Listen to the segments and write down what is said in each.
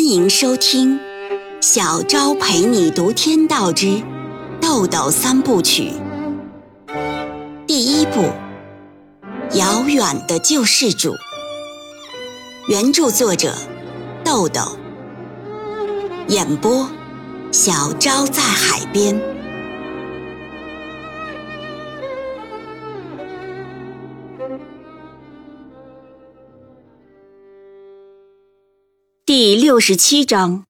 迎收听小昭陪你读天道之豆豆三部曲。第一部，遥远的救世主。原著作者豆豆，演播小昭在海边。第67章。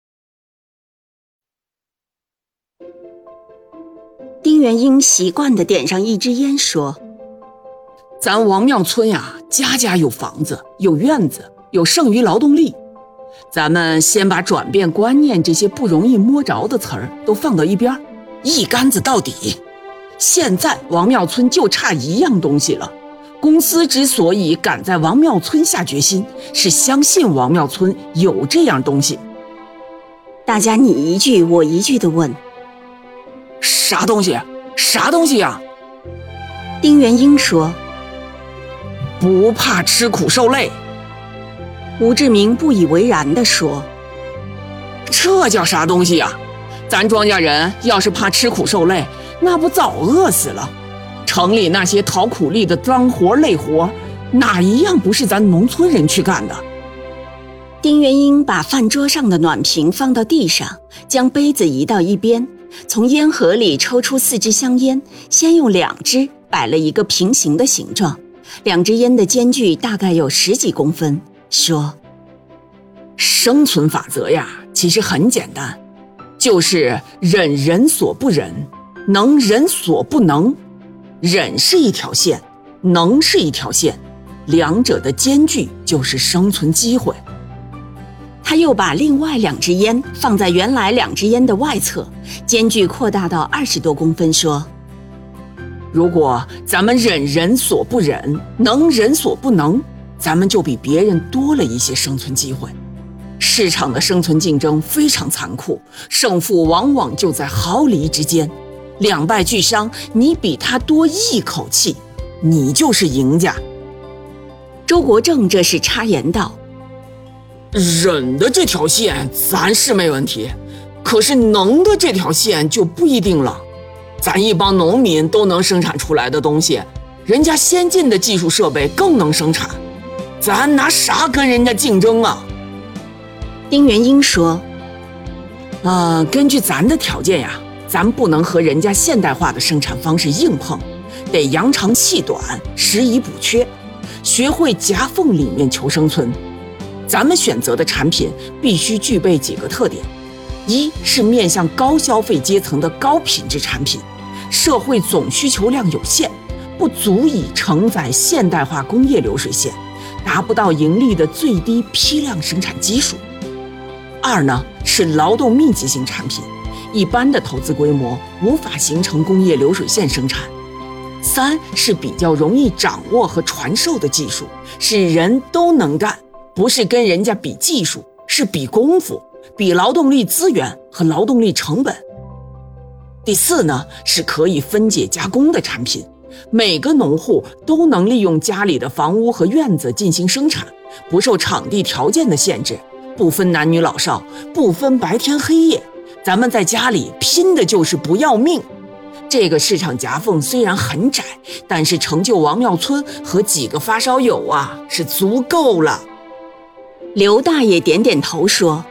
丁元英习惯地点上一支烟说， 咱王庙村呀，家家有房子，有院子，有剩余劳动力。咱们先把转变观念这些不容易摸着的词儿都放到一边，一竿子到底。现在王庙村就差一样东西了。公司之所以敢在王庙村下决心，是相信王庙村有这样东西。 大家你一句我一句地问， 啥东西？啥东西呀？ 丁元英说， 不怕吃苦受累。 吴志明不以为然地说， 这叫啥东西呀？咱庄稼人要是怕吃苦受累，那不早饿死了。城里那些讨苦力的脏活累活，哪一样不是咱农村人去干的？ 丁元英把饭桌上的暖瓶放到地上，将杯子移到一边，从烟盒里抽出4支香烟，先用2支摆了一个平行的形状，2支烟的间距大概有10几公分，说， 生存法则呀，其实很简单，就是忍人所不忍，能人所不能。忍是一条线，能是一条线，两者的间距就是生存机会。 他又把另外2支烟放在原来2支烟的外侧，间距扩大到20多公分，说， 如果咱们忍人所不忍，能人所不能，咱们就比别人多了一些生存机会。市场的生存竞争非常残酷，胜负往往就在毫厘之间。两败俱伤，你比他多一口气，你就是赢家。 周国正这时插言道， 忍的这条线咱是没问题，可是能的这条线就不一定了。咱一帮农民都能生产出来的东西，人家先进的技术设备更能生产，咱拿啥跟人家竞争啊？ 丁元英说， 根据咱的条件呀，咱不能和人家现代化的生产方式硬碰，得扬长气短，拾遗补缺，学会夹缝里面求生存。咱们选择的产品必须具备几个特点：一是面向高消费阶层的高品质产品，社会总需求量有限，不足以承载现代化工业流水线，达不到盈利的最低批量生产基数。二呢是劳动密集型产品，一般的投资规模无法形成工业流水线生产。三是比较容易掌握和传授的技术，是人都能干，不是跟人家比技术，是比功夫，比劳动力资源和劳动力成本。第四呢是可以分解加工的产品，每个农户都能利用家里的房屋和院子进行生产，不受场地条件的限制，不分男女老少，不分白天黑夜，咱们在家里拼的就是不要命。这个市场夹缝虽然很窄，但是成就王庙村和几个发烧友啊是足够了。 刘大爷点点头说，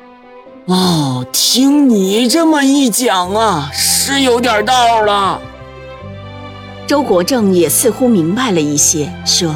听你这么一讲啊，是有点道了。 周国正也似乎明白了一些，说，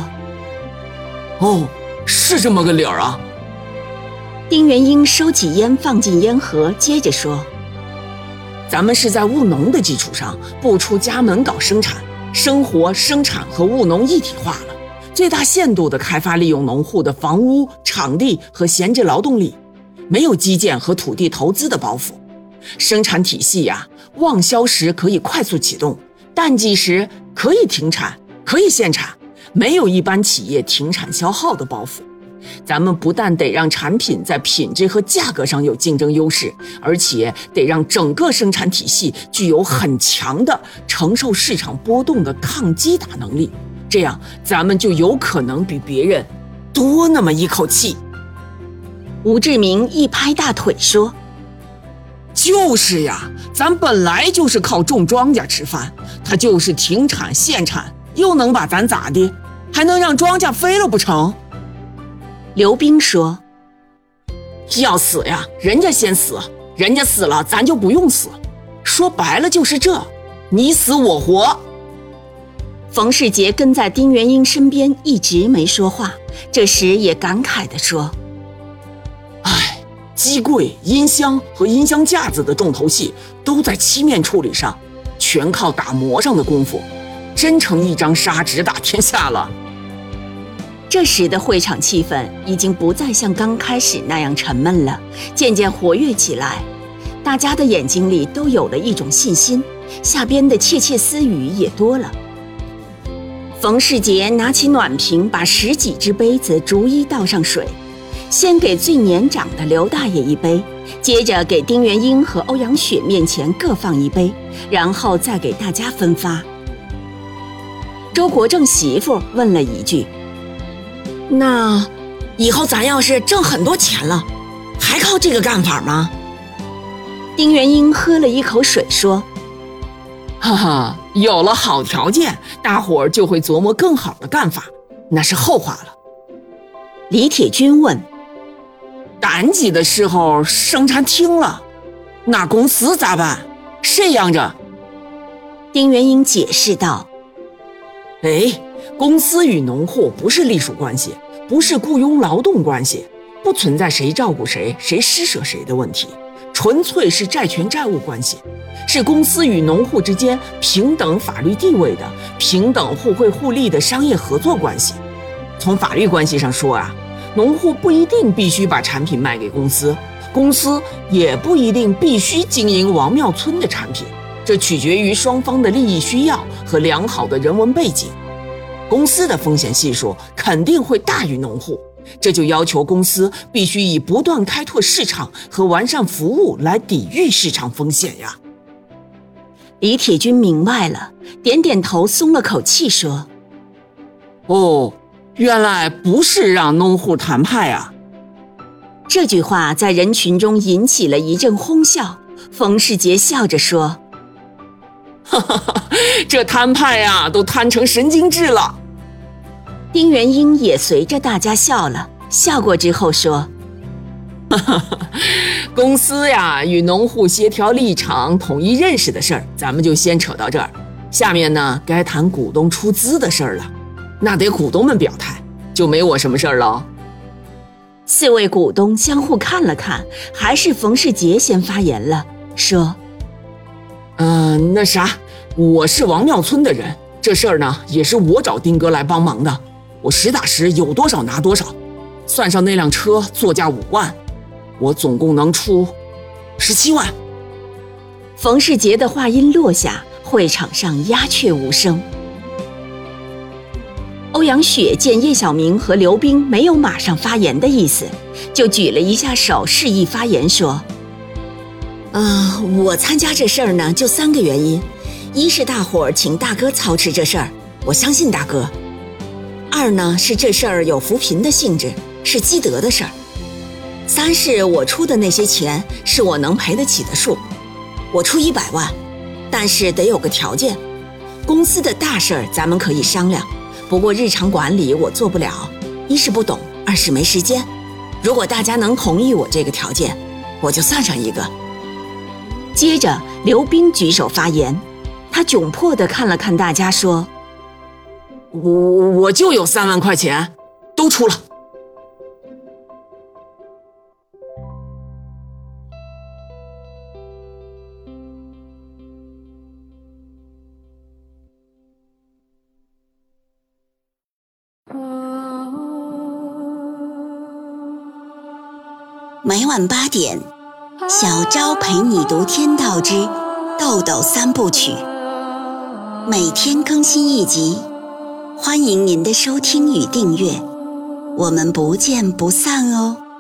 是这么个理儿啊。 丁元英收起烟放进烟盒，接着说， 咱们是在务农的基础上不出家门搞生产，生活生产和务农一体化了，最大限度地开发利用农户的房屋、场地和闲置劳动力，没有基建和土地投资的包袱。生产体系呀，旺销时可以快速启动，淡季时可以停产，可以限产，没有一般企业停产消耗的包袱。咱们不但得让产品在品质和价格上有竞争优势，而且得让整个生产体系具有很强的承受市场波动的抗击打能力，这样咱们就有可能比别人多那么一口气。 吴志明一拍大腿说： 就是呀，咱本来就是靠种庄稼吃饭，他就是停产限产，又能把咱咋的？还能让庄稼飞了不成？ 刘冰说： 要死呀，人家先死，人家死了咱就不用死，说白了就是这，你死我活。 冯世杰跟在丁元英身边一直没说话，这时也感慨地说： 机柜、音箱和音箱架子的重头戏都在漆面处理上，全靠打磨上的功夫，真成一张砂纸打天下了。 这时的会场气氛已经不再像刚开始那样沉闷了，渐渐活跃起来，大家的眼睛里都有了一种信心，下边的窃窃私语也多了。冯世杰拿起暖瓶，把10几只杯子逐一倒上水，先给最年长的刘大爷一杯，接着给丁元英和欧阳雪面前各放一杯，然后再给大家分发。周国正媳妇问了一句：那以后咱要是挣很多钱了，还靠这个干法吗？丁元英喝了一口水说： 哈哈，有了好条件，大伙儿就会琢磨更好的干法，那是后话了。 李铁军问： 赶集的时候生产停了，那公司咋办？谁养着？ 丁元英解释道： 公司与农户不是隶属关系，不是雇佣劳动关系，不存在谁照顾谁，谁施舍谁的问题，纯粹是债权债务关系，是公司与农户之间平等法律地位的、平等互惠互利的商业合作关系。从法律关系上说啊，农户不一定必须把产品卖给公司，公司也不一定必须经营王庙村的产品，这取决于双方的利益需要和良好的人文背景。公司的风险系数肯定会大于农户，这就要求公司必须以不断开拓市场和完善服务来抵御市场风险呀。 李铁军明白了，点点头，松了口气说： 原来不是让农户谈判啊。 这句话在人群中引起了一阵哄笑。冯世杰笑着说： 这摊派呀，都摊成神经质了。 丁元英也随着大家笑了，笑过之后说： 公司呀与农户协调立场统一认识的事儿，咱们就先扯到这儿。下面呢，该谈股东出资的事儿了，那得股东们表态，就没我什么事儿了。 4位股东相互看了看，还是冯世杰先发言了，说： 那啥，我是王庙村的人，这事儿呢也是我找丁哥来帮忙的，我实打实有多少拿多少，算上那辆车作价5万，我总共能出17万。 冯世杰的话音落下，会场上鸦雀无声。欧阳雪见叶晓明和刘冰没有马上发言的意思，就举了一下手示意发言说：我参加这事儿呢就3个原因，一是大伙儿请大哥操持这事儿，我相信大哥；二呢是这事儿有扶贫的性质，是积德的事儿；三是我出的那些钱是我能赔得起的数，我出100万，但是得有个条件，公司的大事儿咱们可以商量，不过日常管理我做不了，一是不懂，二是没时间。如果大家能同意我这个条件，我就算上一个。接着刘冰举手发言，他窘迫地看了看大家说： 我就有3万块钱，都出了。 每晚8点，小昭陪你读天道之豆豆3部曲，每天更新1集，欢迎您的收听与订阅，我们不见不散哦。